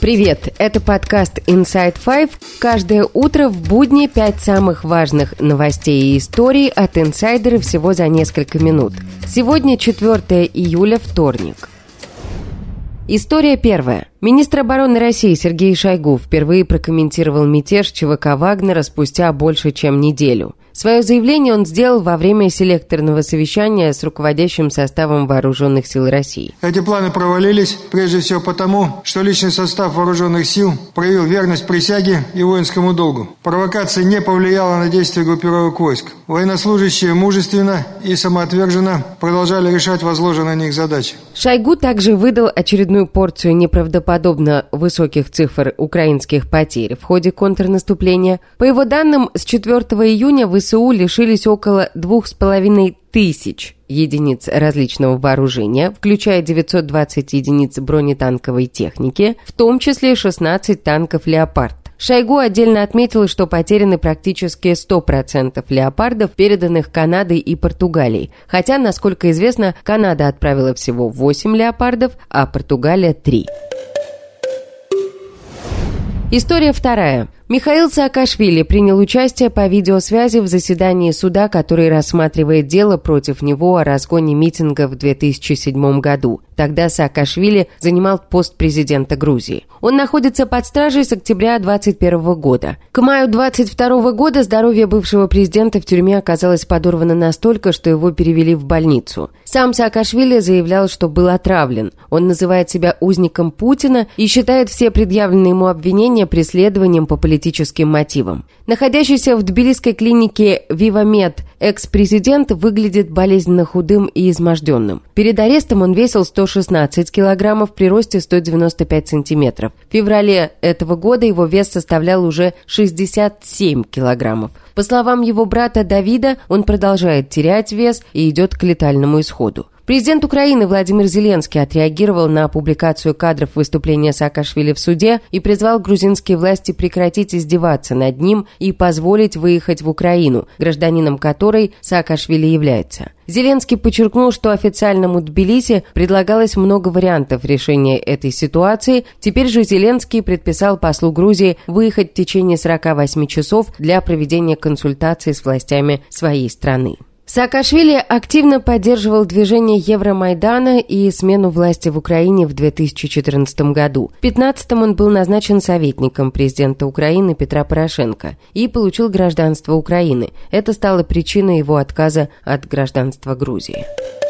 Привет, это подкаст Inside Five. Каждое утро в будни 5 самых важных новостей и историй от инсайдера всего за несколько минут. Сегодня 4 июля, вторник. История первая. Министр обороны России Сергей Шойгу впервые прокомментировал мятеж ЧВК Вагнера спустя больше чем неделю. Свое заявление он сделал во время селекторного совещания с руководящим составом Вооруженных сил России. Эти планы провалились прежде всего потому, что личный состав Вооруженных сил проявил верность присяге и воинскому долгу. Провокация не повлияла на действия группировок войск. Военнослужащие мужественно и самоотверженно продолжали решать возложенные на них задачи. Шойгу также выдал очередную порцию неправдоподобно высоких цифр украинских потерь в ходе контрнаступления. По его данным, с 4 июня ВСУ лишились около 2500 единиц различного вооружения, включая 920 единиц бронетанковой техники, в том числе 16 танков «Леопард». Шойгу отдельно отметил, что потеряны практически 100% «Леопардов», переданных Канадой и Португалией. Хотя, насколько известно, Канада отправила всего 8 «Леопардов», а Португалия – 3. История вторая. Михаил Саакашвили принял участие по видеосвязи в заседании суда, который рассматривает дело против него о разгоне митинга в 2007 году. Тогда Саакашвили занимал пост президента Грузии. Он находится под стражей с октября 2021 года. К маю 2022 года здоровье бывшего президента в тюрьме оказалось подорвано настолько, что его перевели в больницу. Сам Саакашвили заявлял, что был отравлен. Он называет себя узником Путина и считает все предъявленные ему обвинения преследованием по политическим мотивам. Находящийся в тбилисской клинике «Вивамед» экс-президент выглядит болезненно худым и изможденным. Перед арестом он весил 116 килограммов при росте 195 сантиметров. В феврале этого года его вес составлял уже 67 килограммов. По словам его брата Давида, он продолжает терять вес и идет к летальному исходу. Президент Украины Владимир Зеленский отреагировал на публикацию кадров выступления Саакашвили в суде и призвал грузинские власти прекратить издеваться над ним и позволить выехать в Украину, гражданином которой Саакашвили является. Зеленский подчеркнул, что официальному Тбилиси предлагалось много вариантов решения этой ситуации. Теперь же Зеленский предписал послу Грузии выехать в течение 48 часов для проведения консультаций с властями своей страны. Саакашвили активно поддерживал движение Евромайдана и смену власти в Украине в 2014 году. В 2015 он был назначен советником президента Украины Петра Порошенко и получил гражданство Украины. Это стало причиной его отказа от гражданства Грузии.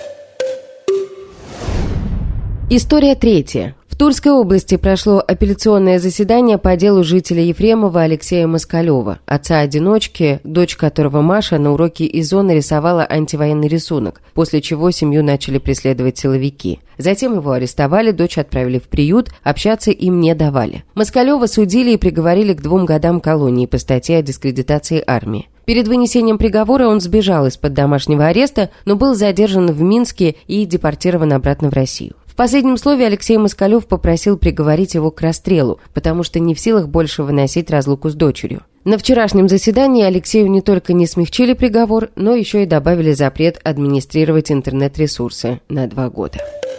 История третья. В Тульской области прошло апелляционное заседание по делу жителя Ефремова Алексея Москалева, отца-одиночки, дочь которого Маша на уроке ИЗО нарисовала антивоенный рисунок, после чего семью начали преследовать силовики. Затем его арестовали, дочь отправили в приют, общаться им не давали. Москалева судили и приговорили к 2 годам колонии по статье о дискредитации армии. Перед вынесением приговора он сбежал из-под домашнего ареста, но был задержан в Минске и депортирован обратно в Россию. В последнем слове Алексей Москалев попросил приговорить его к расстрелу, потому что не в силах больше выносить разлуку с дочерью. На вчерашнем заседании Алексею не только не смягчили приговор, но еще и добавили запрет администрировать интернет-ресурсы на 2 года.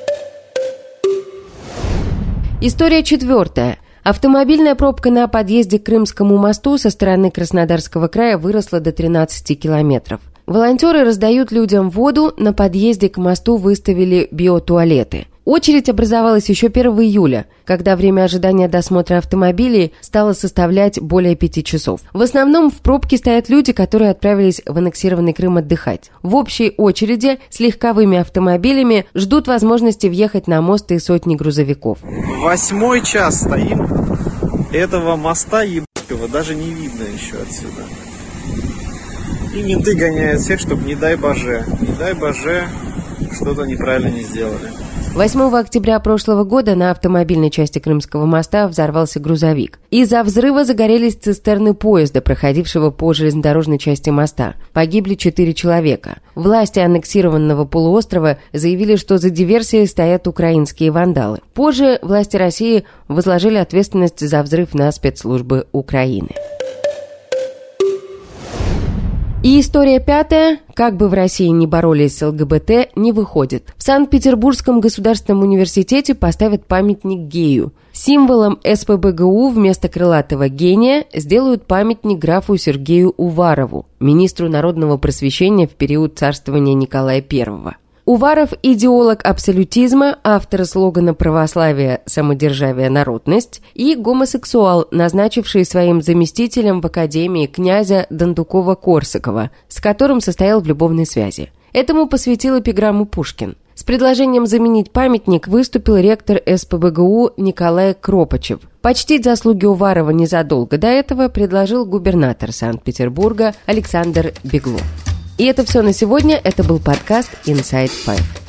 История четвертая. Автомобильная пробка на подъезде к Крымскому мосту со стороны Краснодарского края выросла до 13 километров. Волонтеры раздают людям воду, на подъезде к мосту выставили биотуалеты. Очередь образовалась еще 1 июля, когда время ожидания досмотра автомобилей стало составлять более 5 часов. В основном в пробке стоят люди, которые отправились в аннексированный Крым отдыхать. В общей очереди с легковыми автомобилями ждут возможности въехать на мост и сотни грузовиков. 8-й час стоим. Этого моста ебучего даже не видно еще отсюда. И менты гоняют всех, чтобы не дай боже, что-то неправильно не сделали. 8 октября прошлого года на автомобильной части Крымского моста взорвался грузовик. Из-за взрыва загорелись цистерны поезда, проходившего по железнодорожной части моста. Погибли 4 человека. Власти аннексированного полуострова заявили, что за диверсией стоят украинские вандалы. Позже власти России возложили ответственность за взрыв на спецслужбы Украины. И история пятая. Как бы в России ни боролись с ЛГБТ, не выходит. В Санкт-Петербургском государственном университете поставят памятник гею. Символом СПбГУ вместо крылатого гения сделают памятник графу Сергею Уварову, министру народного просвещения в период царствования Николая I. Уваров – идеолог абсолютизма, автор слогана православия «Самодержавие, народность» и гомосексуал, назначивший своим заместителем в Академии князя Дондукова-Корсакова, с которым состоял в любовной связи. Этому посвятил эпиграмму Пушкин. С предложением заменить памятник выступил ректор СПбГУ Николай Кропачев. Почтить заслуги Уварова незадолго до этого предложил губернатор Санкт-Петербурга Александр Беглов. И это все на сегодня. Это был подкаст Inside Five.